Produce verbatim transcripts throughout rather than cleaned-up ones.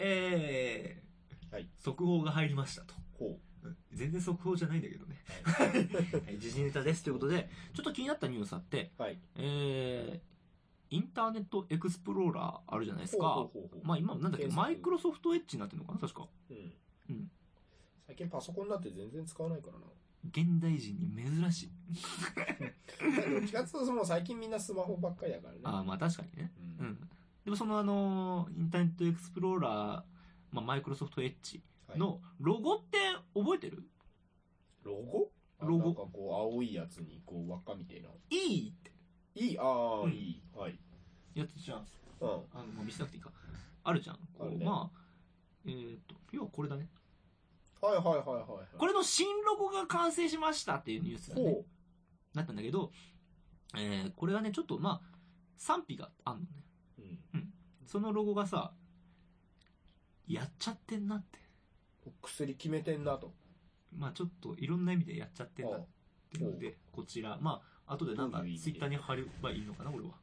えー、はい、速報が入りましたと。ほう。全然速報じゃないんだけどね。はい。時事ネタですということで、ちょっと気になったニュースあって、はい、えー、インターネットエクスプローラーあるじゃないですか。ほうほうほうほう。まあ今なんだっけ、マイクロソフトエッジになってるのかな確か。うん。うん。 最近パソコンになって全然使わないからな。 現代人に珍しい。 どっちかっていうともう最近みんなスマホばっかりだからね。 ああ、まあ確かにね。うん。うん、でもそのあの、インターネットエクスプローラー、まあマイクロソフトエッジのロゴって覚えてる？ ロゴ？ロゴ。なんかこう青いやつにこう輪っかみたいな。 いいって。 いい、ああ、うん、いい。はい。 やつじゃん。うん。あの、まあ、見せなくていいか。あるじゃん。こう、ね、まあ、えー、っと、要はこれだね。 はいはいはいはい、 これの新ロゴが完成しましたっていうニュースがね、なったんだけど、えー、これがね、ちょっとまあ、賛否があんのね。うん。うん。そのロゴがさ、やっちゃってんなって。 薬決めてんなと。 まあちょっといろんな意味でやっちゃってんなっていうので、こちら、まあ、後でなんかツイッターに貼ればいいのかな、俺は。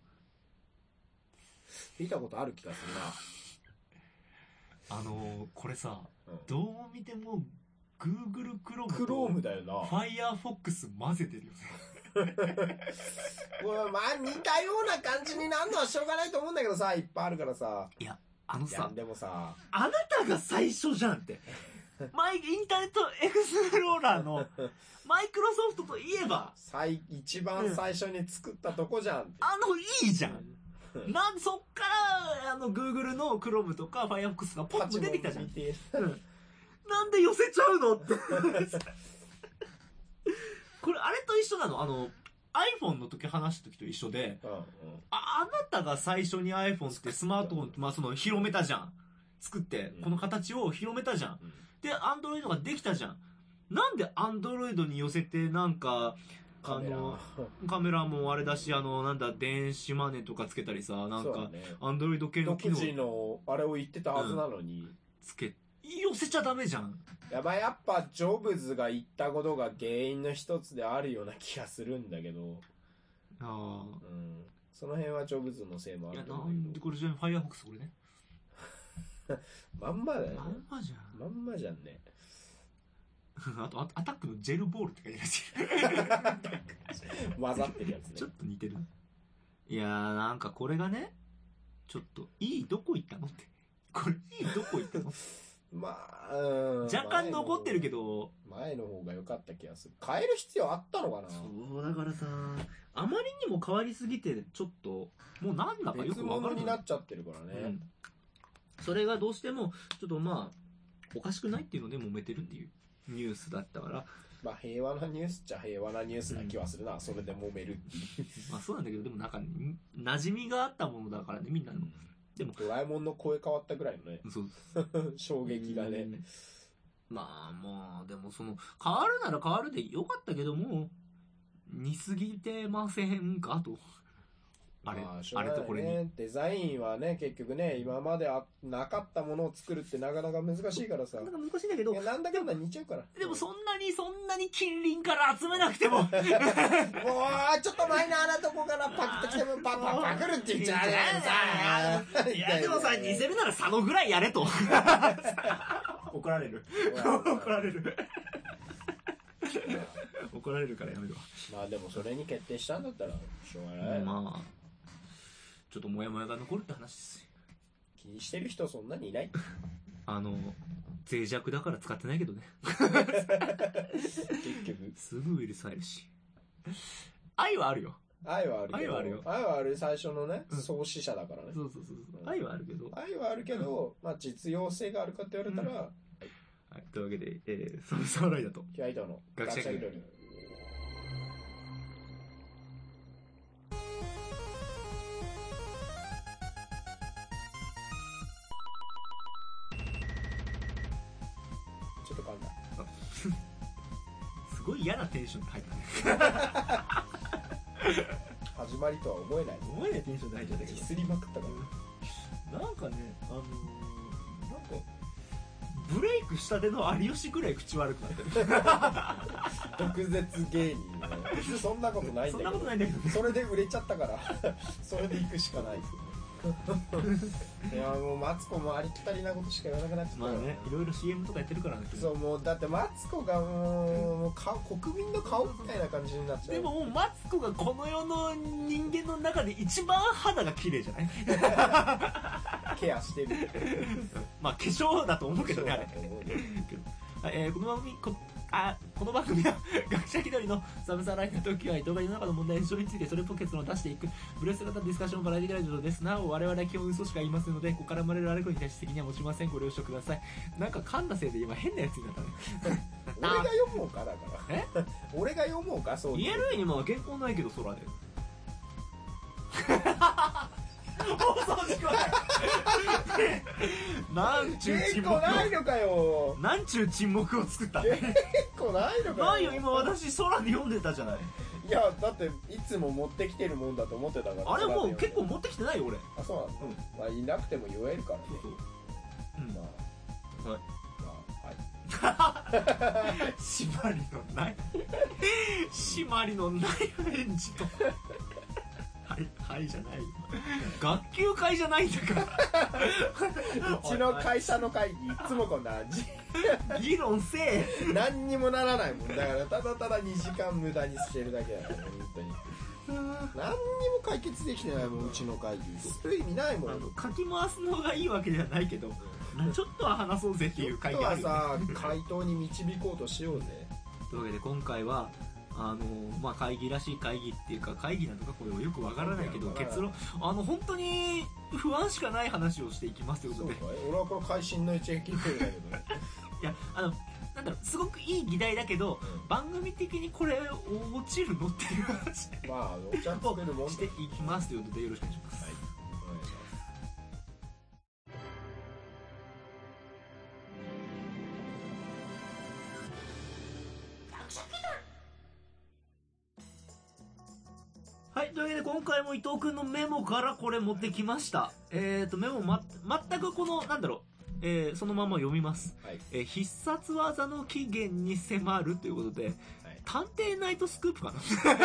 見たことある気がするな。 あのー、これさ、うん、どう見ても Google Chrome と Chrome だよな。 Firefox 混ぜてるよね。 これまあ似たような感じになるのはしょうがないと思うんだけどさ、いっぱいあるからさ。 いや、あのさ、 でもさ、 あなたが最初じゃんって。マイ、インターネットエクスプローラーのマイクロソフトといえば、 最、一番最初に作ったとこじゃんって。 あの、いいじゃん。なんそっから、あの、Google の Chrome とか Firefox がポッと出てきたじゃん。うん、なんで寄せちゃうのって。これ、あれと一緒なのあの、iPhone の時話した時と一緒で、うんうん、あ、あなたが最初に iPhone ってスマートフォンって、まあその、広めたじゃん。作って、この形を広めたじゃん。うん、で、Android ができたじゃん。なんで Android に寄せてなんか、あの、カメラもあれだし、あの、なんだ、電子マネーとかつけたりさ、なんか、アンドロイド系の機能。 独自の、あれを言ってたはずなのに。うん、 つけ、寄せちゃダメじゃん。 やばい、やっぱ、ジョブズが言ったことが原因の一つであるような気がするんだけど。ああ。うん。その辺はジョブズのせいもあると思うけど。 いや、なんでこれじゃん、Firefox これね。 まんまだよね。 まんまじゃん。 まんまじゃんね。 あと、アタックのジェルボールって書いてある。混ざってるやつね。 ちょっと似てる。いやー、なんかこれがね、ちょっと、いいどこ行ったのって。これ、いいどこ行ったのまあ、うん。若干残ってるけど。 前の方が良かった気がする。変える必要あったのかな。 そう、だからさ、あまりにも変わりすぎて、ちょっと、もうなんだかよくわかる。 別物になっちゃってるからね。うん、 それがどうしても、ちょっとまあ、おかしくないっていうので揉めてるっていうニュースだったから。 まあ平和なニュースっちゃ平和なニュースな気はするな、うん、それで揉めるっていう。 まあそうなんだけど、でもなんか、馴染みがあったものだからね、みんなの。うん、 でも、ドラえもんの声変わったぐらいのね。そう。衝撃がね。 まあまあ、でもその、変わるなら変わるでよかったけども、似すぎてませんかと。あれ、まあ、あれとこれに。 デザインはね、結局ね、今まであなかったものを作るってなかなか難しいからさ。 なかなか難しいんだけど。 いや、なんだかんだ似ちゃうから。 でもそんなに、そんなに近隣から集めなくても。もう、 ちょっとマイナーなとこからパクってきてもパパパクるって言っちゃうねん。いや、でもさ、似せるなら佐野ぐらいやれと。怒られる。怒られる。怒られるからやめるわ。 まあでもそれに決定したんだったら、しょうがない。 まあ。ちょっとモヤモヤが残るって話ですよ。 気にしてる人そんなにいない。 あの、脆弱だから使ってないけどね。 結局。 すぐウイルス入るし。愛はあるよ。 愛はあるけど。 愛はあるよ。 愛はある最初のね、うん、創始者だからね。 そうそうそうそう。愛はあるけど。 愛はあるけど、まあ実用性があるかって言われたら、うん、はい。 はい。というわけで、えー、そのサムライだと。 ヒワイトの学者気取り。ちょっと噛んだ。 すごい嫌なテンションで入ったね。 始まりとは思えない。 思えないテンションで入っちゃったけど。 ディスりまくったから。なんかね、あのー、なんか、ブレイクしたての有吉くらい口悪くなってる。 毒舌芸人ね。別にそんなことないんだけど。 そんなことないんだけどね。 それで売れちゃったから、それで行くしかないですよね。 いやもうマツコもありきたりなことしか言わなくなっちゃった。 まあね、いろいろ シーエム とかやってるからね。 そう、もうだってマツコがもう、もう顔、国民の顔みたいな感じになっちゃう。 でももうマツコがこの世の人間の中で一番肌が綺麗じゃないケアしてる。 まあ化粧だと思うけどね、あれ。えー、この番組こあこの番組は学者気取りのサブサーライフの時は動画の中の問題や事象についてそれっぽく結論を出していくブレス型ディスカッションバラエティラジオです。なお我々は基本嘘しか言いませんのでここから生まれるあれこれに対して責任は持ちません。ご了承ください。なんか噛んだせいで今変なやつになったね俺が読もうかだからえ俺が読もうか。そう言えるにも原稿ないけど空で放送事故なんちゅう沈黙を結構ないのかよ。 なんちゅう沈黙を作った結構ないのかよ。 ないよ、今私空で読んでたじゃない。 いやだっていつも持ってきてるもんだと思ってたから。 あれもう結構持ってきてないよ俺。 あ、そうなんだ、うん、まあいなくても言えるからね。そうそう、 うん、まあはいまあはい締まりのない締まりのない返事とはいはいじゃないよ学級会じゃないんだからうちの会社の会議いつもこんな議論せえ何にもならないもんだからただただにじかん無駄にしてるだけだから本当に何にも解決できてないもんうちの会議そういう意味ないもん。 かき回すのがいいわけではないけどちょっとは話そうぜっていう会議あるよね。 ちょっとはさ回答に導こうとしようぜというわけで今回はあのまあ、会議らしい会議っていうか会議なのかこれはよくわからないけど結論あの本当に不安しかない話をしていきますということで。 俺はこれ会心の一撃ってるんだけどねいやあのなんだろうすごくいい議題だけど、うん、番組的にこれ落ちるのっていう話まあお茶作るもんをしていきますということでよろしくお願いします。はい、お願いします。はい、というわけで今回も伊藤君のメモからこれ持ってきました。えーと、メモま、全くこの、なんだろう、えー、そのまま読みます。はい、えー、必殺技の起源に迫るということで、はい、探偵ナイトスクープかな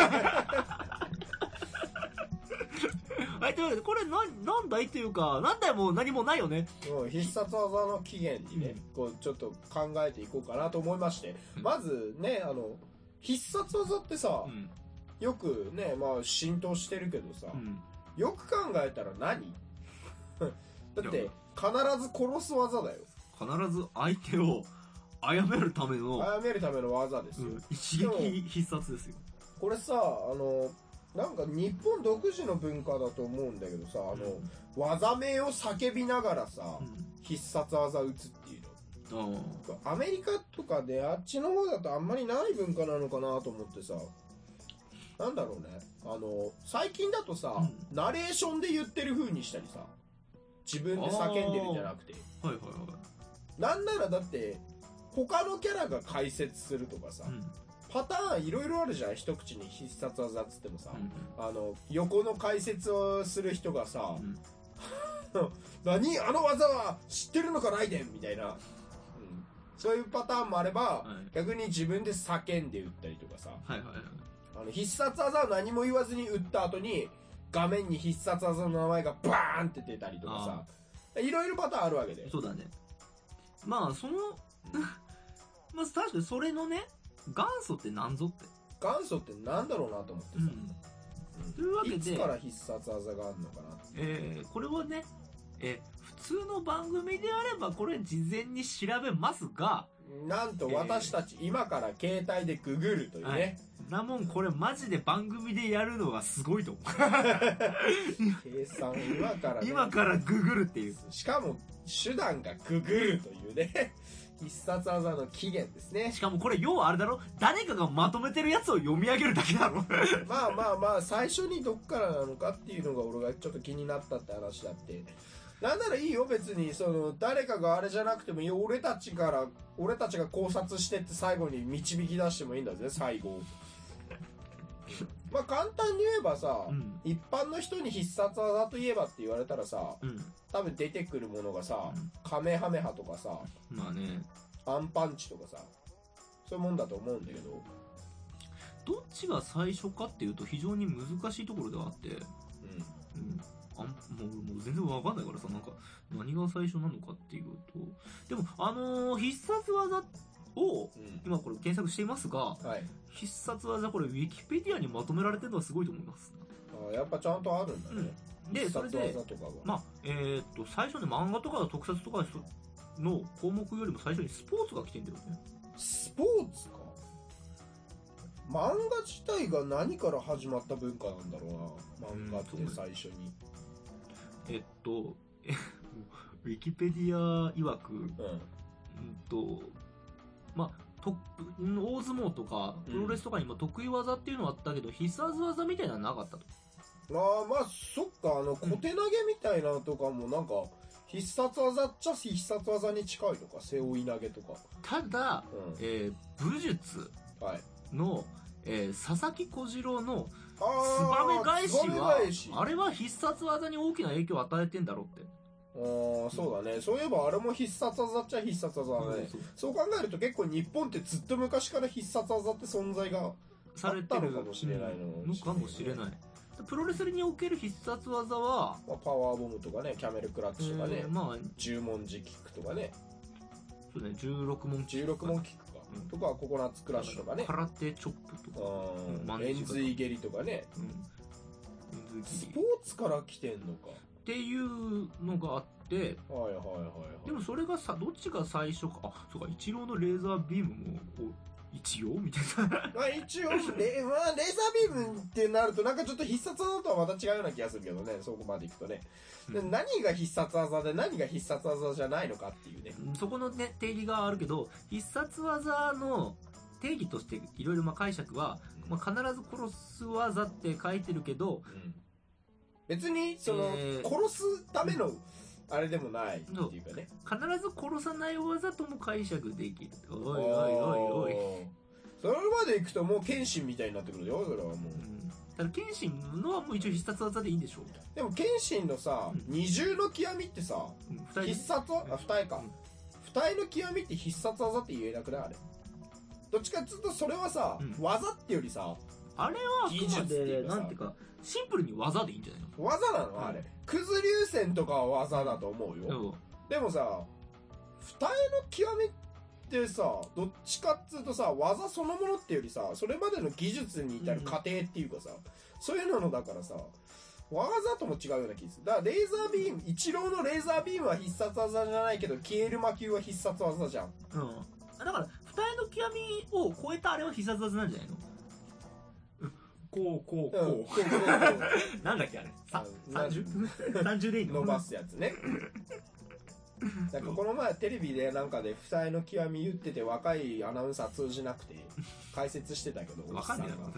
はい、というわけで、これな、なんだいというか、なんだよもう何もないよね。 必殺技の起源にね、うん、こう、ちょっと考えていこうかなと思いまして、うん、まずね、あの、必殺技ってさ、うんよくね、まあ浸透してるけどさ、うん、よく考えたら何だって必ず殺す技だよ。 必ず相手を殺めるための殺めるための技ですよ、うん、 一撃必殺ですよ。 これさ、あのなんか日本独自の文化だと思うんだけどさ、あの、うん、技名を叫びながらさ、うん、必殺技打つっていうの、アメリカとかであっちの方だとあんまりない文化なのかなと思ってさ、なんだろうね、あの最近だとさ、うん、ナレーションで言ってる風にしたりさ、自分で叫んでるんじゃなくて、 はいはいはい、 なんならだって他のキャラが解説するとかさ、うん、パターンいろいろあるじゃん。一口に必殺技っつってもさ、うん、あの横の解説をする人がさ、うん、何あの技は知ってるのかライデンみたいな、うん、そういうパターンもあれば、はい、逆に自分で叫んで打ったりとかさ、 はいはいはい、 あの必殺技を何も言わずに打った後に画面に必殺技の名前がバーンって出たりとかさ、いろいろパターンあるわけで。 そうだね。まあそのまず確かにそれのね元祖って何ぞって元祖ってなんだろうなと思ってさ、 うん、というわけでいつから必殺技があるのかなって、 えー、これはね、えー、普通の番組であればこれ事前に調べますが、 なんと私たち、えー、今から携帯でググるというね、はい、 なもんこれマジで番組でやるのがすごいと思う計算今から、ね、 今からググるっていう、 しかも手段がググるというね必殺技の起源ですね。 しかもこれ要はあれだろ、誰かがまとめてるやつを読み上げるだけだろまあまあまあ最初にどっからなのかっていうのが俺がちょっと気になったって話だって、なんならいいよ別に、その誰かがあれじゃなくてもいいよ、俺たちから俺たちが考察してって最後に導き出してもいいんだぜ最後まあ簡単に言えばさ、うん、一般の人に必殺技といえばって言われたらさ、うん、多分出てくるものがさ、うん、カメハメハとかさ、 まあね、 アンパンチとかさ、そういうもんだと思うんだけど、 どっちが最初かっていうと非常に難しいところではあって、うんうん、 あんもうもう全然わかんないからさ、なんか何が最初なのかっていうと、でもあのー、必殺技を、うん、今これ検索していますが、はい、必殺技これウィキペディアにまとめられてるのはすごいと思います。 あ、やっぱちゃんとあるんだね。 うん、でそれでまあえー、っと最初に漫画とか特撮とかの項目よりも最初にスポーツが来てんだよね。 スポーツか。漫画自体が何から始まった文化なんだろうな、漫画って最初に。 うん、えっとウィキペディア曰く、うん、うんとまあと大相撲とかプロレスとかにも得意技っていうのはあったけど、うん、必殺技みたいなのはなかったと。 ああ、まあそっか、あの小手投げみたいなのとかもなんか必殺技っちゃ必殺技に近いとか、背負い投げとか。 ただ、うん、えー、武術の、はい、えー、佐々木小次郎のツバメ返しは、あれは必殺技に大きな影響を与えてんだろうって。 ああ、そうだね。そういえばあれも必殺技っちゃ必殺技だね。うん、そうそう考えると結構日本ってずっと昔から必殺技って存在がされてるのかもしれないのかもしれない。プロレスにおける必殺技は、 まあ、パワーボムとかね、キャメルクラッチとかね、えーまあ、十文字キックとかね。 そうね、じゅうろくもんキック。 じゅうろくもんキックか。うん、とか、ココナッツクラッシュとかね。 空手チョップとか。 うん、円髄蹴りとかね。うん、スポーツから来てんのか。 っていうのがあって、はいはいはいはい。でもそれがさ、どっちが最初か、あ、そうか、イチローのレーザービームも、一応みたいな。 まあ一応、レ、まあ、レーザービームってなるとなんかちょっと必殺技とはまた違うような気がするけどね、そこまでいくとね。うん、何が必殺技で何が必殺技じゃないのかっていうね。 そこのね、定義があるけど、必殺技の定義としていろいろ解釈は、うん、まあ、必ず殺す技って書いてるけど、うん、 別にその、えー、殺すための、あれでもないっていうかね。 必ず殺さない技とも解釈できる。おいおいおいおい。 それまでいくともう剣心みたいになってくるよ、それはもう。うん、 ただ剣心のはもう一応必殺技でいいんでしょう。 でも剣心のさ、うん、二重の極みってさ、うん、必殺技、あ、二重か。うん、二重の極みって必殺技って言えなくないあれ。どっちかっていうとそれはさ、うん、技ってよりさ、 あれはあくまで、なんていうか、シンプルに技でいいんじゃないの？ 技なのあれ。クズ流線とかは技だと思うよ。うん、でもさ、二重の極みってさ、どっちかっつうとさ、技そのものってよりさ、それまでの技術に至る過程っていうかさ、うん、そういうのだからさ、技とも違うような気がする。だからレーザービーム、イチローのレーザービームは必殺技じゃないけど、消える魔球は必殺技じゃん。 うん。だから、二重の極みを超えたあれは必殺技なんじゃないの？こうこうこう、うん、こうこうこうなんだっけあれささんじゅう さんじゅうでいいの？ 伸ばすやつね。なんかこの前テレビでなんかで二重の極み言ってて若いアナウンサー通じなくて解説してたけどわかんないな二重の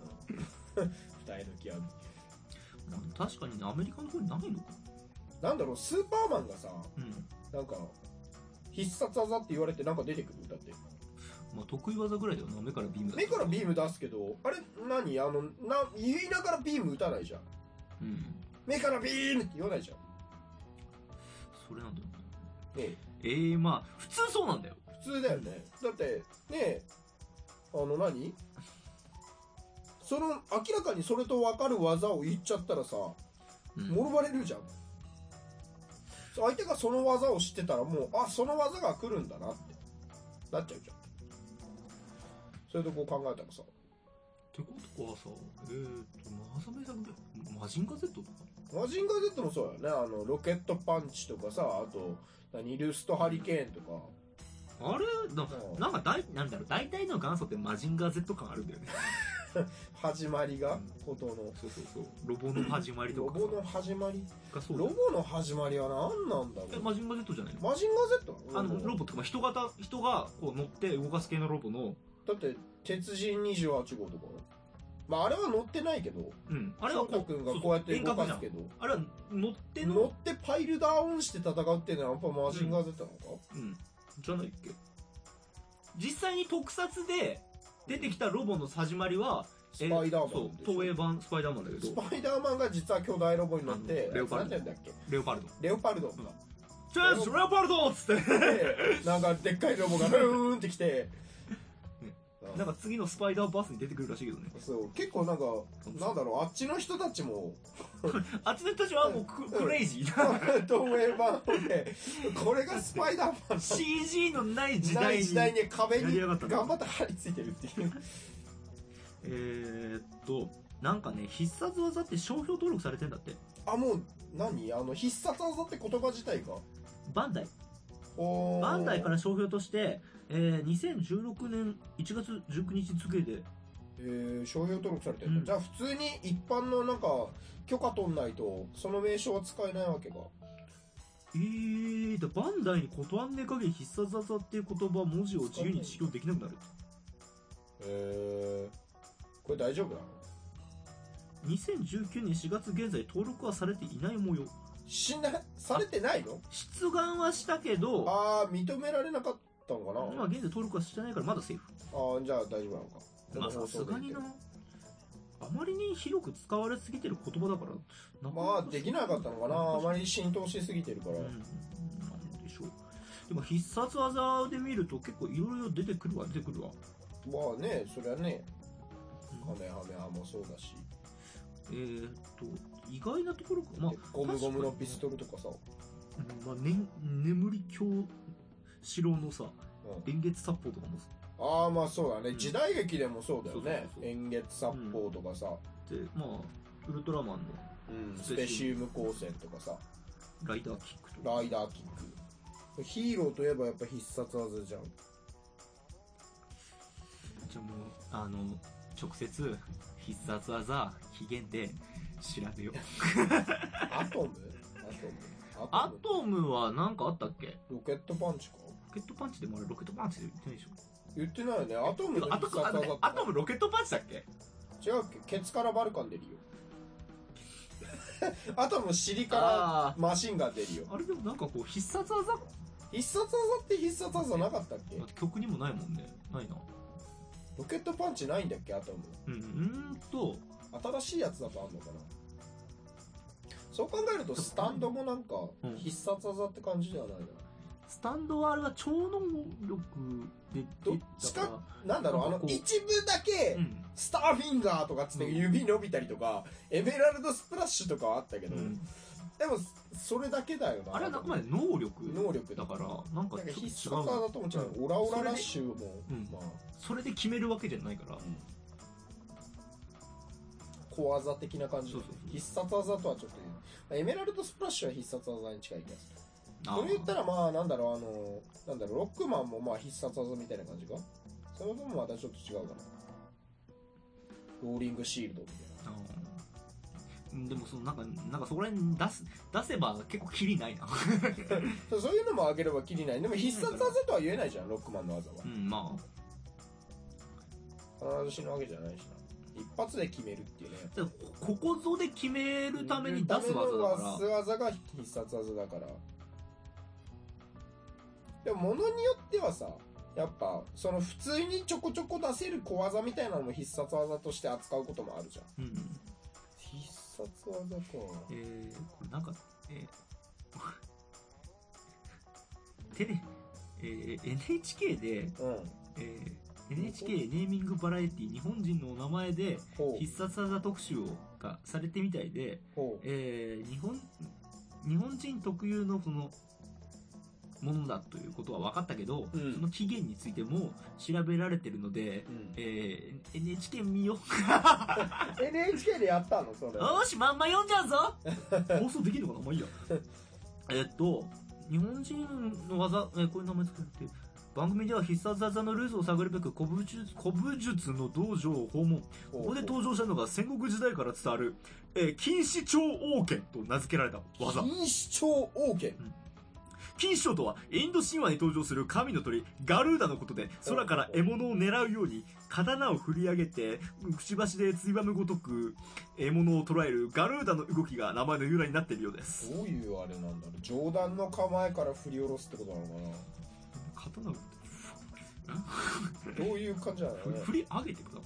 極み確かにねアメリカの方にないのかなんだろうスーパーマンがさ、うん、なんか必殺技って言われてなんか出てくるだってまあ、得意技ぐらいだよな。目からビーム出す。目からビーム出すけど、あれ、何あの、な、言いながらビーム打たないじゃん。うん。目からビームって言わないじゃん。 それなんだよね。ええ。ええー、まあ、普通そうなんだよ。 普通だよね。だって、ねあの何その、明らかにそれと分かる技を言っちゃったらさ、うん、もろばれるじゃん。相手がその技を知ってたらもう、あ、その技が来るんだなって、なっちゃうじゃん。それとこう考えたらさ。 ってことはさ、えーと、マザメさんで、マジンガ Z とかマジンガ Z もそうだよね。あの、ロケットパンチとかさ、あと、何、ルストハリケーンとか。 あれな、なんか大、なんだろう、大体の元祖ってマジンガ Z 感あるんだよね。 始まりが、ことの。 そうそうそう。ロボの始まりとか。 ロボの始まりがそう。ロボの始まりは何なんだろう。 え、マジンガ Z じゃないの？ マジンガ Z なの？あの、ロボってか、人型、人がこう乗って動かす系のロボの、 だって鉄人にじゅうはち号とかまああれは乗ってないけど、 うん、あれは翔太君がこうやって動かすけどあれは乗っての乗ってパイルダウンして戦うっていうのはやっぱマジンガー Z なのか、 うん、うん、じゃないっけ実際に特撮で出てきたロボの始まりはスパイダーマンそう東映版スパイダーマンだけどスパイダーマンが実は巨大ロボになってレオパルドなんだっけレオパルドレオパルド、うんチャンスレオパルドっつってなんかでっかいロボがブーンってきてなんか次のスパイダーバースに出てくるらしいけどね。 そう結構なんかなんだろう、あっちの人たちもあっちの人たちはもうク、うん、クレイジーな東映版でこれがスパイダーマンシージー のない時代にない時代に壁に頑張って張り付いてるっていうえーっとなんかね必殺技って商標登録されてんだって。 あ、もう何あの必殺技って言葉自体がバンダイバンダイから商標として、えー、にせんじゅうろくねんいちがつじゅうくにち付で、 えー、商標登録されてる、うん、じゃあ普通に一般のなんか許可取んないとその名称は使えないわけか。 えー、だバンダイに断んねえ限り必殺技っていう言葉文字を自由に使用できなくなる。 えー、これ大丈夫なの？ にせんじゅうきゅうねんしがつ現在登録はされていない模様。 しなされてないの？ 出願はしたけど、 ああ認められなかったのかな。 今現在登録はしてないからまだセーフ。 ああじゃあ大丈夫なのか。 まあさすがにな、あまりに広く使われすぎてる言葉だからまあできなかったのかな。あまり浸透しすぎてるから、うん、なんでしょう。でも必殺技で見ると結構いろいろ出てくるわ出てくるわ。 まあねそれはね、カメハメハもそうだし、 えーっと意外なところか、まあ、 ゴムゴムのピストルとかさ、 うんまあね、眠り京四郎のさ、うん、円月殺法とかもさ、 ああまあそうだね、うん、時代劇でもそうだよね。円月殺法とかさ、 うん、でまあウルトラマンの、 うん、スペシウム光線とかさ、 ライダーキックとかライダーキック、ヒーローといえばやっぱ必殺技じゃん。 じゃあもうあの直接必殺技期限で調べようアトムアトムは何かあったっけ？ ロケットパンチか？ ロケットパンチでもあれロケットパンチで言ってないでしょ？ 言ってないよね。アトムの必殺技って、 アトムロケットパンチだっけ？ 違うっけ？ケツからバルカン出るよアトム尻からマシンガン出るよ。 あれでもなんかこう必殺技必殺技って必殺技なかったっけ？ 曲にもないもんね。ないな。 ロケットパンチないんだっけアトム？ うんうんと新しいやつだとあんのかな。そう考えるとスタンドもなんか必殺技って感じではないな、うん、 スタンドはあれは超能力でどっちかなんだろう、あの一部だけスターフィンガーとかつって指伸びたりとか、うん、エメラルドスプラッシュとかはあったけど、うん、でもそれだけだよな。 あれはあくまで能力能力だからなんかちょっと違う。 必殺技だと思っちゃう、うん、オラオララッシュも、 うんまあ、それで決めるわけじゃないから、うん小技的な感じ。そうそうそう、必殺技とはちょっとエメラルドスプラッシュは必殺技に近い気がする。それ言ったらまあなんだろう、あのなんだろうロックマンもまあ必殺技みたいな感じか。その分もまたちょっと違うかな。ローリングシールドみたいな。 でもそのなんかなんかそこら辺出す出せば結構キリないなそう、そういうのもあげればキリない。でも必殺技とは言えないじゃん、ロックマンの技は。 うんまあ必ず死ぬわけじゃないしな。一発で決めるっていうね。 ここぞで決めるために出す技だから。 出す技が必殺技だから。でも物によってはさ、やっぱその普通にちょこちょこ出せる小技みたいなのも必殺技として扱うこともあるじゃん。うん、必殺技か。 えー、これなんか、えー、テレ、えー、エヌエイチケー で、うんえーエヌエイチケー ネーミングバラエティ日本人のお名前で必殺技特集がされてみたいで、えー、日本日本人特有のそのものだということは分かったけど、うん、その起源についても調べられてるので、うんえー、エヌエイチケー 見ようエヌエイチケー でやったのそれ。 よしまんま読んじゃうぞ放送できるのかな。まあいいやえっと日本人の技、えー、こういう名前作って番組では必殺技のルールを探るべく古武術、古武術の道場を訪問。ここで登場したのが戦国時代から伝わる、えー、金糸蝶王剣と名付けられた技。 金糸蝶王剣、うん、 金糸蝶とはインド神話に登場する神の鳥ガルーダのことで、空から獲物を狙うように刀を振り上げてくちばしでついばむごとく獲物を捉えるガルーダの動きが名前の由来になっているようです。 どういうあれなんだろう。上段の構えから振り下ろすってことなのかな。 刀をどういう感じなのね。 振り上げてください。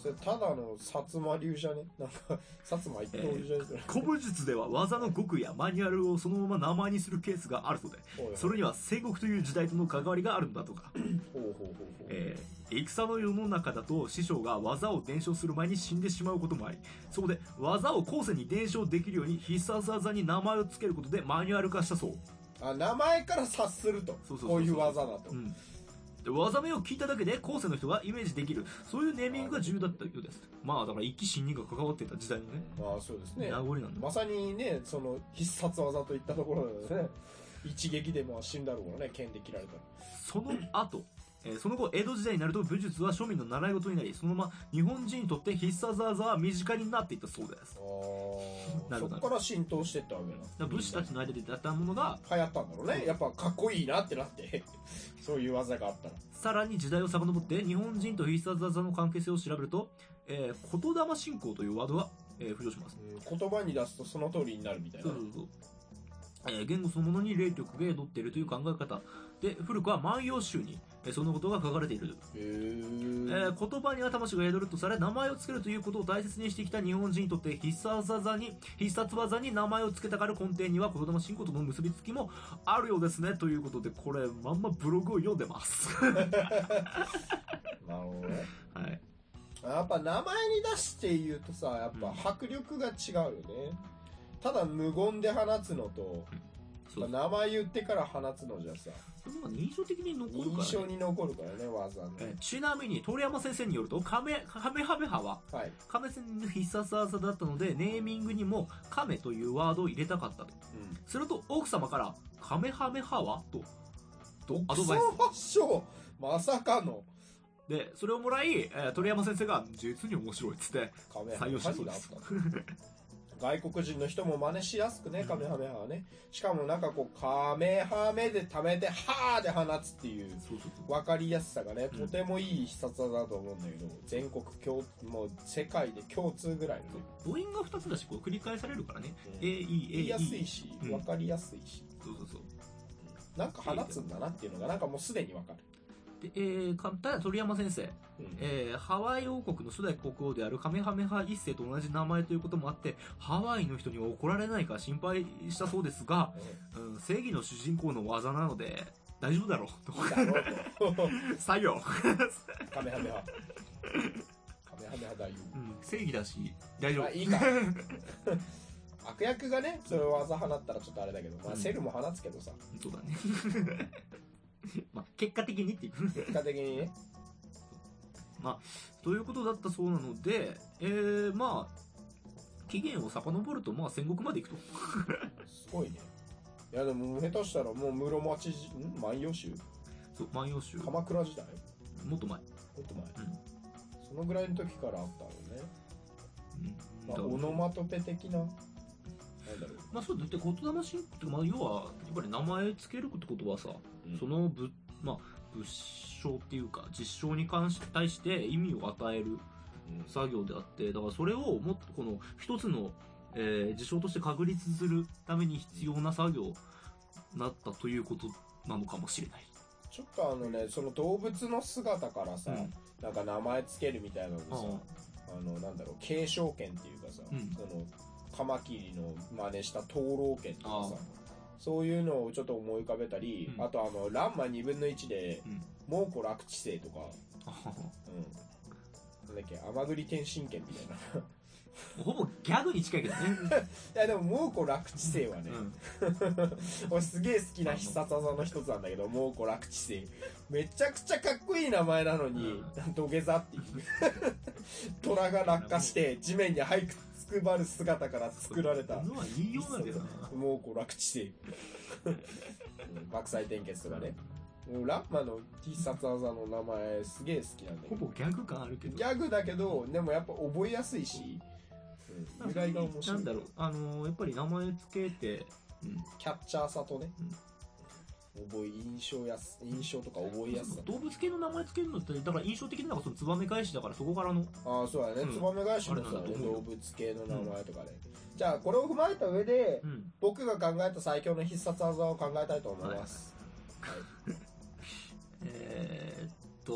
それただの薩摩流じゃね、なんか薩摩一刀流じゃね、 えー、古武術では技の語句やマニュアルをそのまま名前にするケースがあるそうで、それには戦国という時代との関わりがあるんだとか。ほうほうほうほう、えー、戦の世の中だと師匠が技を伝承する前に死んでしまうこともあり、そこで技を後世に伝承できるように必殺技に名前を付けることでマニュアル化したそう。 あ、名前から察すると、こういう技だと、うん、 で技名を聞いただけで後世の人がイメージできる、そういうネーミングが重要だったようです。まあだから一騎心二が関わっていた時代のね、 まあそうですね、 名残なんだ。 まさにね、その必殺技といったところですね。一撃でも死んだろうからね、剣で切られたら。 その後、えー、その後江戸時代になると武術は庶民の習い事になり、そのまま日本人にとって必殺技は身近になっていったそうです。 あ、そこから浸透していったわけな。武士たちの間でやったものが流行ったんだろうね。やっぱかっこいいなってなってそういう技があったら。 さらに時代を遡って日本人と必殺技の関係性を調べると、えー、言霊信仰というワードが、えー、浮上します、 うん、言葉に出すとその通りになるみたいな。そうそうそう、 えー、言語そのものに霊力が宿っているという考え方で、古くは万葉集に、えー、そのことが書かれている。へー、えー、言葉には魂が宿るとされ、名前を付けるということを大切にしてきた日本人にとって、必殺技に必殺技に名前を付けたがる根底には言霊信仰との結びつきもあるようですね、ということで、これまんまブログを読んでますなるほどね。 はい、 やっぱ名前に出して言うとさ、やっぱ迫力が違うよね、うん、ただ無言で放つのと、うん、名前言ってから放つのじゃさ、 印象的に残るから、ね、 印象に残るからね、技ね。 えちなみに鳥山先生によると、カメカメハメハは、はい、カメ戦の必殺技だったので、ネーミングにもカメというワードを入れたかったと、うん、すると奥様からカメハメハはととアドバイスまさかので、それをもらい、えー、鳥山先生が実に面白いっつって採用したそうです外国人の人も真似しやすくね、カメハメハはね。しかもなんかこう、カメハメで溜めて、ハーで放つっていう分かりやすさがね、とてもいい必殺技だと思うんだけど、全国共、もう世界で共通ぐらいのね。 母音がふたつだし、こう繰り返されるからね。 うん、A、E、A、E。言いやすいし、分かりやすいし。 そうそうそう。 なんか放つんだなっていうのが、なんかもうすでに分かる。 で、えー、ただ鳥山先生、うん、えー、ハワイ王国の初代国王であるカメハメハ一世と同じ名前ということもあって、ハワイの人に怒られないか心配したそうですが、うんうん、正義の主人公の技なので大丈夫だろうと採用カメハメハカメハメハ大丈夫、 うん、正義だし大丈夫、 いいか悪役がね、それを技放ったらちょっとあれだけど、まあ、セルも放つけどさ、 うん、そうだねまあ、結果的にっていう結果的にねまあということだったそうなので、えー、まあ期限を遡るとまあ戦国まで行くとすごいね。いやでも下手したらもう室町ん万葉集、 そう万葉集、 鎌倉時代もっと前もっと前、うん、そのぐらいの時からあったのね、うん、まあ、オノマトペ的な、なんだろう、 まあそうだって言霊信仰って、まあ、要はやっぱり名前つけるってことはさ、うん、そのぶ、まあ、物証っていうか実証に関し対して意味を与える作業であって、だからそれをもっとこの一つの、えー、事象として確立するために必要な作業になったということなのかもしれない。 ちょっとあのね、その動物の姿からさ、うん、なんか名前つけるみたいなのでさ、あのなんだろう、継承権っていうかさ、うん、そのカマキリの真似した灯籠剣とかさ、そういうのをちょっと思い浮かべたり、うん、あとあのランマにぶんのいちで、うん、猛虎楽知性とか、うん、なんだっけ、甘栗天心剣みたいなほぼギャグに近いけどねいやでも猛虎楽知性はね、うん、俺すげえ好きな必殺技の一つなんだけど、猛虎楽知性めちゃくちゃかっこいい名前なのに、うん、土下座っていう虎が落下して地面に這いつくばる姿から作られたのは言いようなんだよな、 猛虎楽知性爆砕天結とかね、もうランマの必殺技の名前すげえ好きなんだけど、 ほぼギャグ感あるけど、 ギャグだけどでもやっぱ覚えやすいし、うん、由来が面白い。 なんだろう、あのー、やっぱり名前つけて、 うん、キャッチャーさとね、うん、覚え印象やす印象とか覚えやすさ、 動物系の名前つけるのってだから印象的なのがそのツバメ返しだから、そこからの、 ああそうだね、うん、ツバメ返しもさ、動物系の名前とかね、うん、じゃあこれを踏まえた上で、うん、僕が考えた最強の必殺技を考えたいと思います、はいはいえーっと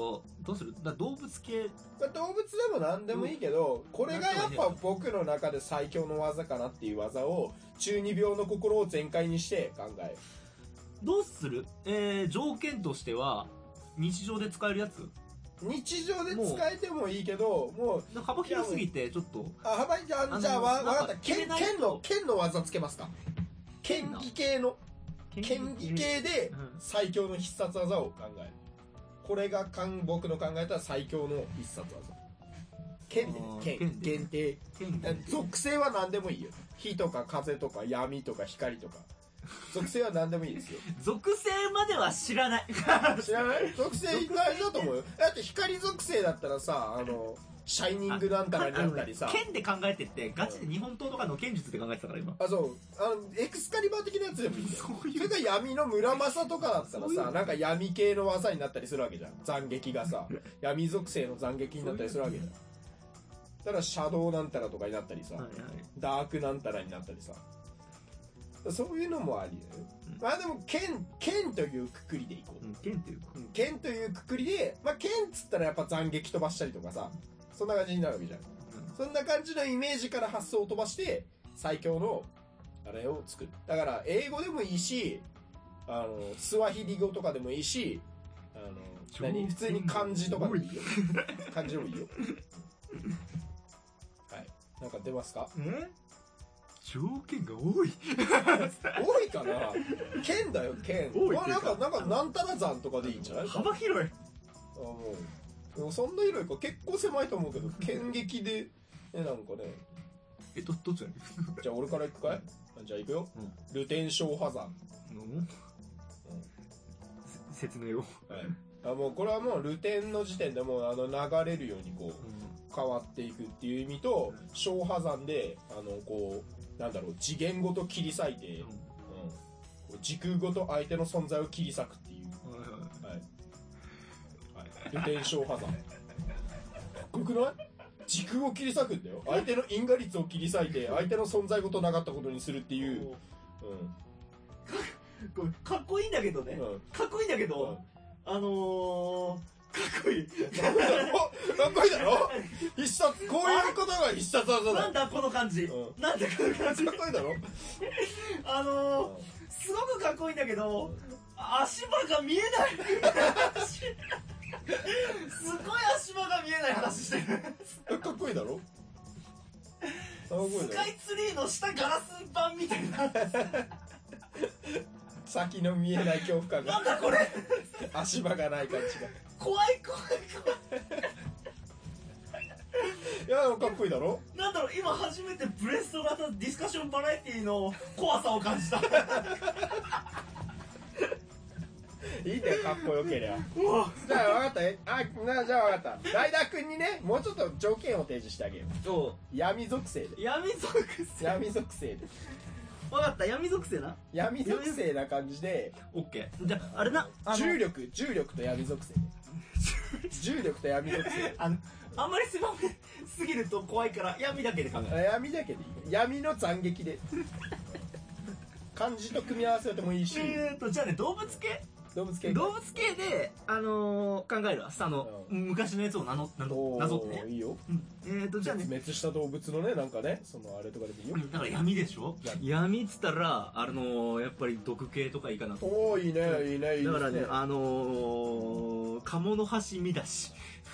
どうするだ動物系。 動物でも何でもいいけど、これがやっぱ僕の中で最強の技かなっていう技を中二病の心を全開にして考える。 どうするえー、条件としては日常で使えるやつ。 日常で使えてもいいけど、もう幅広すぎてちょっと。 あ、幅じゃあ、じゃあわかった。剣の剣の技つけますか。剣技系の剣技系で最強の必殺技を考える。これがかん僕の考えた最強の必殺技。剣で剣限定。属性は何でもいいよ。火とか風とか闇とか光とか。属性は何でもいいですよ。 属性までは知らない。 知らない？属性大事だと思うよ。だって光属性だったらさ、あの、シャイニングなんたらになったりさ。 剣で考えてって、ガチで日本刀とかの剣術で考えてたから今。 あ、そう。あの、エクスカリバー的なやつでもいいんだよ。そういう。それが闇の村正とかだったらさ、なんか闇系の技になったりするわけじゃん。斬撃がさ、闇属性の斬撃になったりするわけじゃん。だからシャドウなんたらとかになったりさ、はいはい、ダークなんたらになったりさ。そういうのもありだよ。うん、まあでも、剣、剣というくくりでいこう。 うん、剣というか。 剣というくくりで、まあ剣っつったらやっぱ斬撃飛ばしたりとかさ、そんな感じになるわけじゃん。うん、そんな感じのイメージから発想を飛ばして、最強の、あれを作る。だから、英語でもいいし、あの、スワヒリ語とかでもいいし、あの、何普通に漢字とかでもいいよ。漢字でもいいよ。はい。なんか出ますか？ え条件が多い。 多いかな？剣だよ、剣。多いっていうか。なんか、なんか、なんたら山とかでいいんじゃない？ 幅広い。 あ、もう。でもそんな広いか結構狭いと思うけど、剣撃で、え、なんかね。 え、ど、どっちだねじゃあ俺から行くかい？じゃあ行くよ。うん、ルテン小破山。うん、 説明を。 はい。あ、もうこれはもうルテンの時点でもうあの流れるようにこう、うん、変わっていくっていう意味と、小破山で、あの、こう、なんだろう、次元ごと切り裂いて、うんうん、時空ごと相手の存在を切り裂くっていう。はい。はい。ルテン小破山。かっこよくない？時空を切り裂くんだよ。相手の因果率を切り裂いて、相手の存在ごとなかったことにするっていう。 うん。かっこいいんだけどね。うん、かっこいいんだけど、うん、あのー、かっこいい。かっこいいだろ？必殺、こういうことが必殺技だ。 なんだこの感じ。うん、なんだこの感じ。 かっこいいだろ？ あのー、すごくかっこいいんだけど、足場が見えない。すごい足場が見えない話してる。 かっこいいだろ？ スカイツリーの下ガラス板みたいな。 先の見えない恐怖感が。 なんだこれ。 足場がない感じが。 怖い怖い怖い。 いやでもかっこいいだろ？ なんだろう、今初めてブレスト型ディスカッションバラエティの怖さを感じた。 いいんだよ、かっこよけりゃ。じゃあ分かったね。あ、な、じゃあ分かった。ライダー君にね、もうちょっと条件を提示してあげよう。そう。闇属性で。 闇属性闇属性で。 分かった、闇属性な。 闇属性な感じで。 オッケー。じゃあ、あれな。 重力、重力と闇属性で。重力と闇属性。 あの、あんまり狭めすぎると怖いから、闇だけで考える。 闇だけでいい。闇の斬撃で。漢字と組み合わせてもいいし。 えーと、じゃあね、動物系動物系動物系で、あのー、考えるわ。あの、うん、昔のやつを名乗、名乗、なぞってね。 いいよ。 うん、えーと、じゃあね。 滅した動物のね、なんかね、そのあれとかでもいいよ。 うん、だから闇でしょ？闇っつったら、あのー、やっぱり毒系とかいいかなと。 おー、いいね、いいね、いいね。 だからね、あのー、鴨の橋見出し。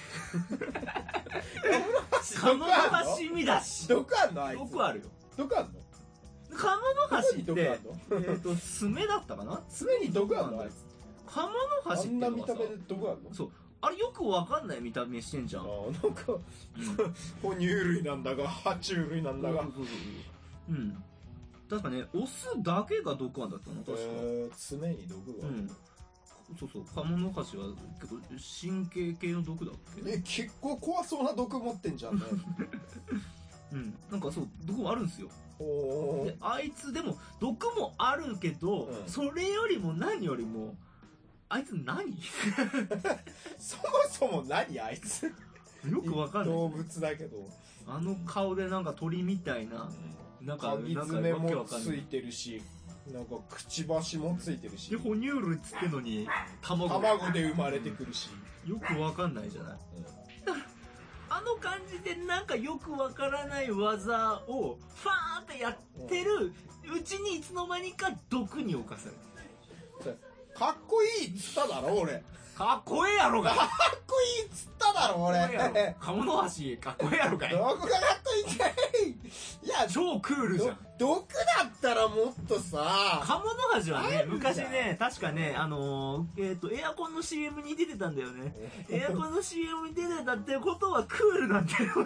鴨の橋見出し。 毒あんのあいつ。 毒あるよ。 毒あんの鴨の橋って、えーと、爪だったかな？ 爪に毒あんのあいつ。 鴨の橋ってあんな見た目で毒あんの？ そう。あれよくわかんない見た目してんじゃん。ああ、なんか、哺乳類なんだが、爬虫類なんだが。 うん。確かね、オスだけが毒あんだったの確か。 えー、爪に毒がある。うん。 そうそう、鴨の橋は結構神経系の毒だっけ？ え、結構怖そうな毒持ってんじゃんね。 うん。なんかそう、毒もあるんですよ。 おであいつでも毒もあるけど、うん、それよりも何よりもあいつ何そもそも何あいつよくわかんない動物だけどあの顔でなんか鳥みたいな、 うん、なんかかぎ爪もついてるしなんかくちばしもついてるしで哺乳類っつってのに卵卵で生まれてくるし、 よくわかんないじゃない、うん、あの感じでなんかよくわからない技をファーンってやってるうちにいつの間にか毒に侵される。 かっこいいっつっただろ俺。 かっこええやろが。 かっこいいっつっただろ俺。 鴨の橋かっこええやろかい。 どこがかっこいいんかい。いや超クールじゃん。 毒だったらもっとさ。 鴨の橋はね昔ね確かねあのー、えっ、ー、とエアコンの シーエム に出てたんだよね。エアコンの シーエム に出てたってことはクールなんだよ。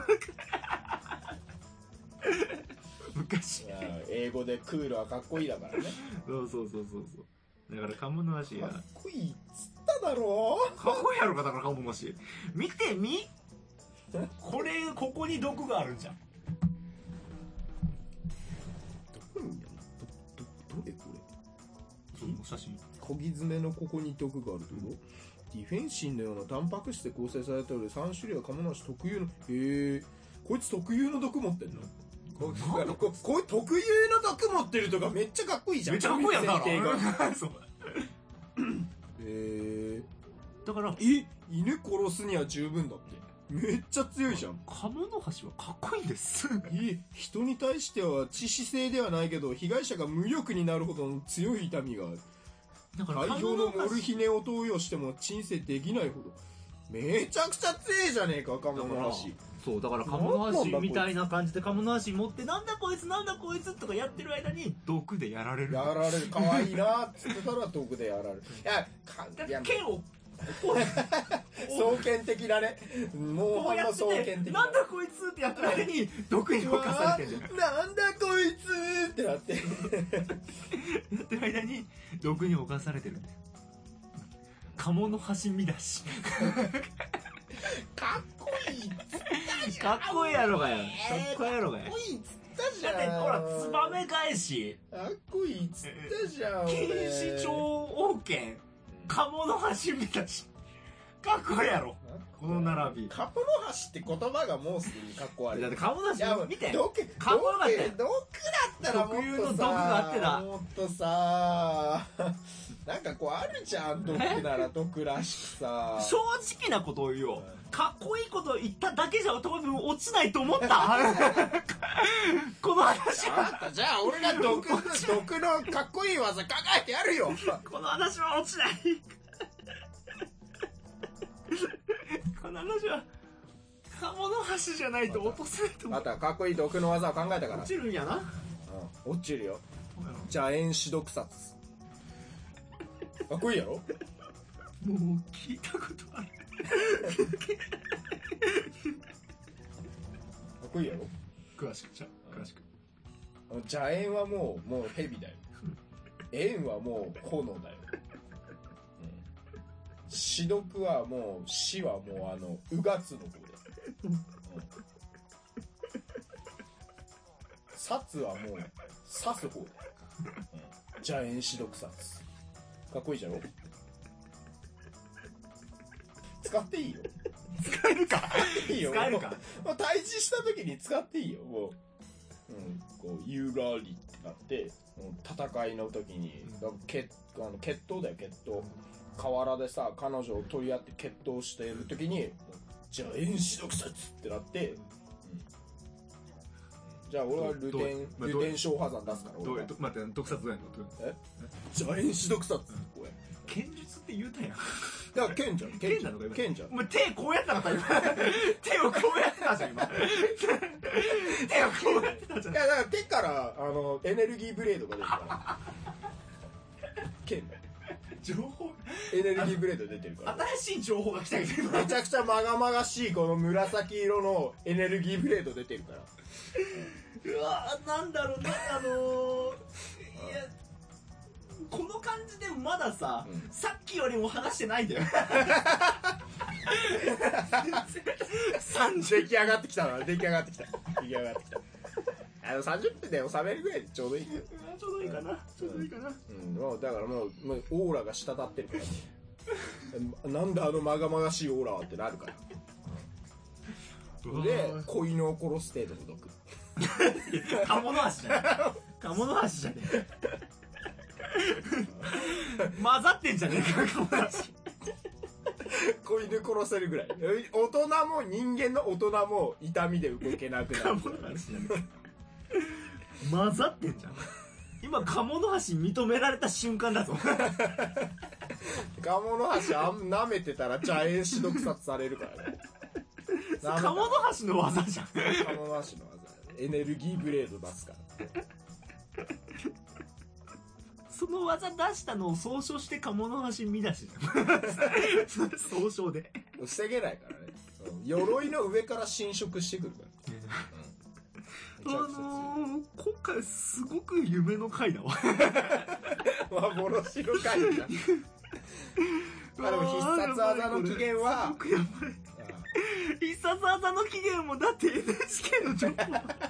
昔。 英語でクールはかっこいいだからね。 そうそうそうそうそう。だから鴨の橋がかっこいいっつっただろ。 かっこいいやろかだから鴨の橋。見てみ。これここに毒があるんじゃん。 どこにどどどれこれ。 その写真。 小ギ爪のここに毒があるってこと？ディフェンシンのようなタンパク質で構成されたようでさん種類は鴨の橋特有の。へえ。こいつ特有の毒持ってんの？こここい特有の毒持ってるとかめっちゃかっこいいじゃん。 めっちゃかっこいいやんだからそうえー、だからえ犬殺すには十分だってめっちゃ強いじゃん。 鴨の橋はかっこいいんです。 え人に対しては致死性ではないけど被害者が無力になるほどの強い痛みがある。だから大量のモルヒネを投与しても鎮静できないほどめちゃくちゃ強いじゃねえか鴨の橋。 そうだから鴨の橋みたいな感じで鴨の橋持ってなんだこいつなんだこいつとかやってる間に毒でやられる。 やられる。可愛いなっつってたら毒でやられる。いやかいや剣を双剣的なね。もうほんま双剣的な。 なんだこいつってやってる間に毒に侵されてんじゃん。 なんだこいつってなってやってる間に毒に侵されてるんだよ。鴨の橋見出し。 かっこいいっつったじゃん。 かっこいいやろがよ。かっこいいやろがよ。 かっこいいっつったじゃん。 だってほらツバメ返し。 かっこいいっつったじゃん。 禁止超王権。鴨の橋見出し。かっこいいやろ。この並び。 鴨の橋って言葉がもうすでにかっこ悪い。 だって鴨の橋見て。 毒かっこよかったよ。 毒だったらもっとさ。 特有の毒があってな。 もっとさ。なんかこうあるじゃん毒なら毒らしくさ。 正直なことを言おう。かっこいいことを言っただけじゃ多分落ちないと思った。この話は。 じゃあ俺が毒毒のかっこいい技考えてやるよ。 この話は落ちない。この話は鴨の橋じゃないと落とせないと思う。 またかっこいい毒の技を考えたから。 落ちるんやな。 うん、落ちるよ。邪炎死毒殺。かっこいいやろ。もう聞いたことある。 かっこいいやろ。 詳しくじゃ詳しく。 邪炎はもうもう蛇だよ。炎はもう炎だよ。死毒はもう死はもうあのうがつの方で、うん、殺はもう刺す方で、うん、邪炎死毒殺。かっこいいじゃろ。使っていいよ。 使えるか。 いいよ。 使えるか。 まあ、対峙した時に使っていいよ。もう、うん、こうユーラリってなって戦いの時に、うん、決あの決闘だよ決闘。河原でさ彼女を取り合って決闘している時にじゃあ遠視毒殺ってなって、うん、じゃあ俺はルテンルテン小破山出すからどういう待って毒殺どうやんのえじゃあ遠視毒殺ってこれ剣術って言うたやん。 だから剣じゃん剣なのか今剣じゃん。 お前手こうやってなかった今。手をこうやってたじゃん今。手をこうやってたじゃん。 いやだから手からあのエネルギーブレードが出るから剣だよ。 情報エネルギーブレード出てるから新しい情報が来たけどめちゃくちゃまがまがしいこの紫色のエネルギーブレード出てるから。 うわなんだろうねあのー、いやこの感じでまださ、うん、さっきよりも話してないんだよ。 さんじゅう出来上がってきたな。出来上がってきた出来上がってきた。あのさんじゅっぷんで収めるぐらいでちょうどいい。 ちょうどいいかな。ちょうどいいかな。 うん、もうだからもう、もうオーラが滴ってるから。なんだあのまがまがしいオーラはってなるから。で、子犬を殺す程度の毒。 鴨の橋じゃねえ。鴨の橋じゃねえ。 混ざってんじゃねえか、鴨の橋。 子犬殺せるぐらい。大人も人間の大人も痛みで動けなくなる。 鴨の橋混ざってんじゃん。今、鴨の橋認められた瞬間だぞ。 鴨の橋あん舐めてたら茶園子毒殺されるからね。 鴨の橋の技じゃん。 鴨の橋の技。エネルギーブレード出すから。 その技出したのを総称して鴨の橋見出しじゃん。総称で。 防げないからね。鎧の上から侵食してくるから。 あのー、今回すごく夢の回だわ。 幻の回だ。あ、でも必殺技の起源は、 必殺技の起源もだって エヌエイチケー の情報。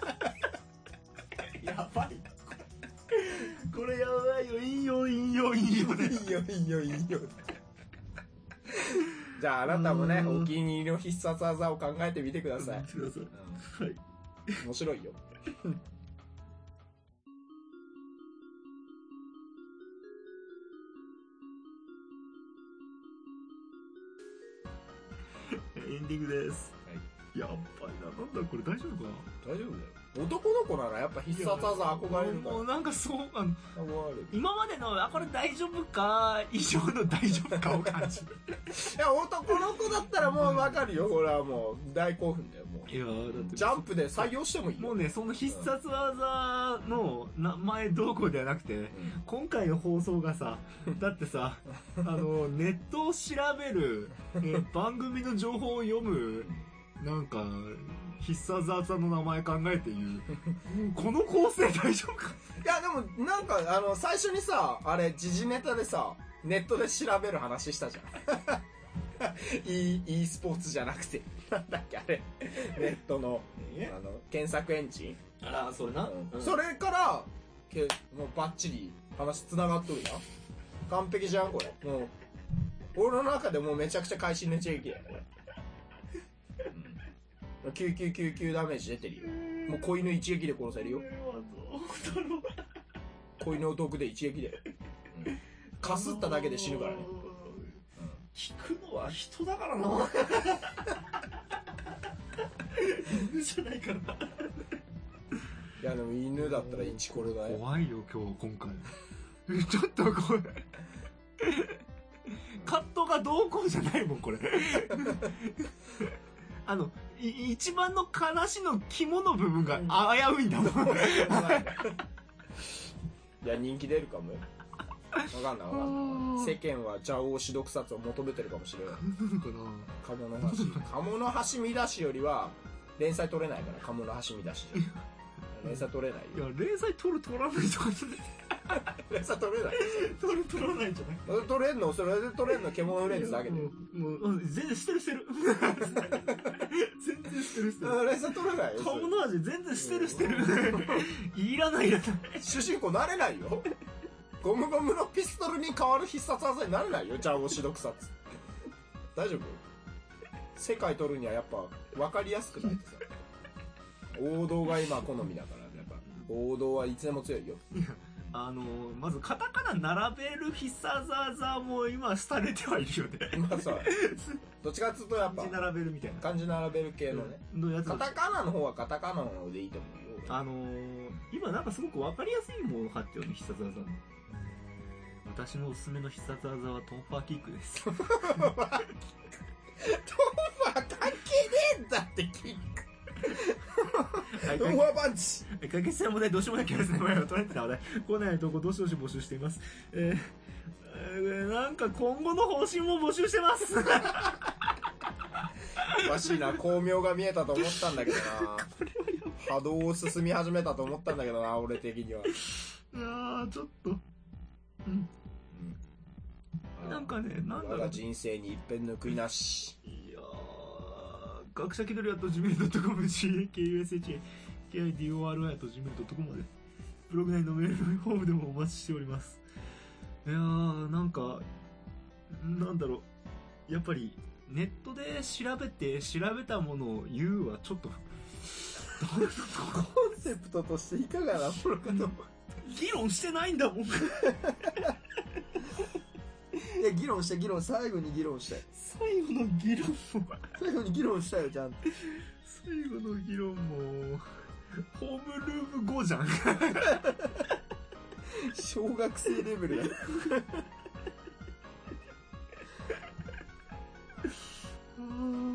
やばい。これやばいよ。いいよ、いいよ、いいよ。 いいよ、いいよ、いいよ。じゃああなたもね、お気に入りの必殺技を考えてみてください。 ください。はい。 面白いよ。 エンディングです。はい、やっぱりな、なんだこれ大丈夫かな。大丈夫だよ。男の子ならやっぱ必殺技憧れるから。 もうなんかそうあの今までのあこれ大丈夫か以上の大丈夫かを感じる。 いや男の子だったらもう分かるよ。これはもう大興奮だよ。もういやだってジャンプで採用してもいいよ。 もうねその必殺技の名前どうこうではなくて、うん、今回の放送がさだってさあのネットを調べる番組の情報を読むなんか必殺技の名前考えて言うこの構成大丈夫か。 いやでもなんかあの最初にさあれ時事ネタでさネットで調べる話したじゃん。e, e スポーツじゃなくてなんだっけあれネットのあの検索エンジン。 ああそれな、 うん、それからけもうバッチリ話つながっとるやん。完璧じゃんこれ。もう俺の中でもうめちゃくちゃ会心の一撃やね。きゅうきゅうきゅうきゅうダメージ出てるよ。もう子犬一撃で殺せるよ。子犬を毒で一撃で、うん、かすっただけで死ぬからね。 聞くのは人だからな。犬じゃないからな。いやでも犬だったらイチコロだよ。 怖いよ今日今回。ちょっとこれカットがどうこうじゃないもんこれ。あのい一番の話の肝の部分が危ういんだもん。 いや人気出るかもよ。分かんない分かんない。世間は蛇王子毒殺を求めてるかもしれない。鴨の橋鴨の橋見出しよりは連載取れないから鴨の橋見出しじゃ連載取れないよ。いや連載取る取らないとかじゃない。 連載取れない。 取る取らないんじゃない。 取れんのそれで取れんの獣フレンズだけで。もうもう全然捨てる捨てる。全然捨てる捨てる。 連載取れないよ。 鴨の味全然捨てる捨てる。いらないいらない。 主人公なれないよ。ゴムゴムのピストルに変わる必殺技になれないよ。蛇王子毒殺。大丈夫？世界取るにはやっぱ分かりやすくないとさ。王道が今好みだからやっぱ王道はいつでも強いよ。 あのまずカタカナ並べる必殺技も今廃れてはいるよね。まあさどっちかっていうとやっぱ漢字並べるみたいな漢字並べる系のね、うん、カタカナの方はカタカナの方でいいと思うよ。 あのー、今なんかすごく分かりやすいものを買ってよね必殺技の。私のおすすめの必殺技はトンファーキックです。トンファー関係ねえんだってキック。トンファーパンチ。 解決した問題どうしようもないキャラですね。前を取れてた話題。来ないとこどしどし募集しています。えーえー、なんか今後の方針も募集してます。 おかしいな、巧妙が見えたと思ったんだけどな。波動を進み始めたと思ったんだけどな、俺的には。 いやーちょっと。うん。うん、なんかね、なんだろう。 我が人生に一片の悔いなし。 いやー、学者気取り アットジーメールドットコム、ジーエーケーユーエスエイチエーケーアイディーオーアールアイ アットジーメールドットコム まで、ブログ内のメールフォームでもお待ちしております。いやー、なんか、なんだろう。やっぱり、ネットで調べて、調べたものを言うはちょっと、 コンセプトとしていかがなものかと思う。 議論してないんだもん。いや、議論した、議論、最後に議論したよ。 最後の議論も。 最後に議論したよ、ちゃんと。 最後の議論も、ホームルームごじゃん。 小学生レベルだ。 うんうん、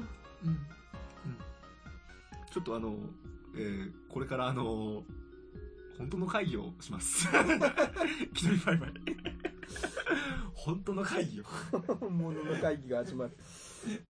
ちょっとあの、えー、これからあの本当の会議をします。気取りバイバイ。本当の会議を。 本物の会議が始まる。